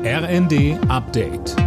RND Update.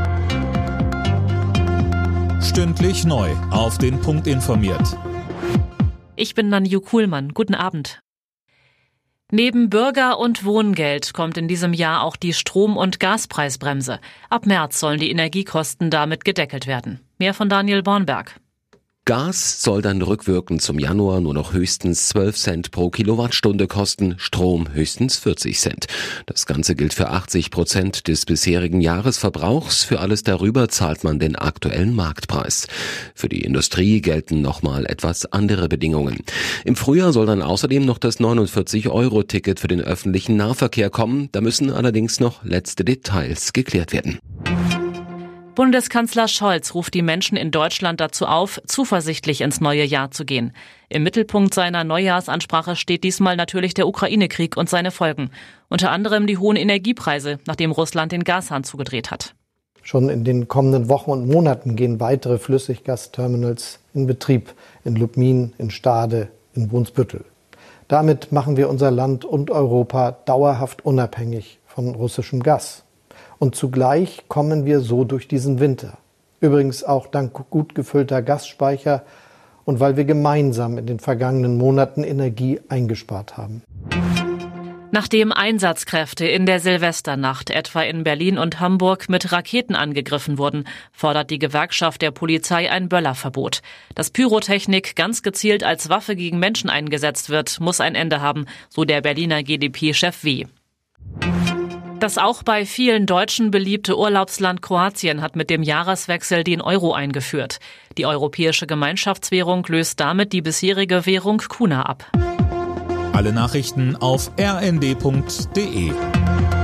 Stündlich neu auf den Punkt informiert. Ich bin Nanju Kuhlmann. Guten Abend. Neben Bürger- und Wohngeld kommt in diesem Jahr auch die Strom- und Gaspreisbremse. Ab März sollen die Energiekosten damit gedeckelt werden. Mehr von Daniel Bornberg. Gas soll dann rückwirkend zum Januar nur noch höchstens 12 Cent pro Kilowattstunde kosten, Strom höchstens 40 Cent. Das Ganze gilt für 80% des bisherigen Jahresverbrauchs. Für alles darüber zahlt man den aktuellen Marktpreis. Für die Industrie gelten nochmal etwas andere Bedingungen. Im Frühjahr soll dann außerdem noch das 49-Euro-Ticket für den öffentlichen Nahverkehr kommen. Da müssen allerdings noch letzte Details geklärt werden. Bundeskanzler Scholz ruft die Menschen in Deutschland dazu auf, zuversichtlich ins neue Jahr zu gehen. Im Mittelpunkt seiner Neujahrsansprache steht diesmal natürlich der Ukraine-Krieg und seine Folgen. Unter anderem die hohen Energiepreise, nachdem Russland den Gashahn zugedreht hat. Schon in den kommenden Wochen und Monaten gehen weitere Flüssiggasterminals in Betrieb. In Lubmin, in Stade, in Brunsbüttel. Damit machen wir unser Land und Europa dauerhaft unabhängig von russischem Gas. Und zugleich kommen wir so durch diesen Winter. Übrigens auch dank gut gefüllter Gasspeicher und weil wir gemeinsam in den vergangenen Monaten Energie eingespart haben. Nachdem Einsatzkräfte in der Silvesternacht etwa in Berlin und Hamburg mit Raketen angegriffen wurden, fordert die Gewerkschaft der Polizei ein Böllerverbot. Dass Pyrotechnik ganz gezielt als Waffe gegen Menschen eingesetzt wird, muss ein Ende haben, so der Berliner GdP-Chef W. Das auch bei vielen Deutschen beliebte Urlaubsland Kroatien hat mit dem Jahreswechsel den Euro eingeführt. Die europäische Gemeinschaftswährung löst damit die bisherige Währung Kuna ab. Alle Nachrichten auf rnd.de.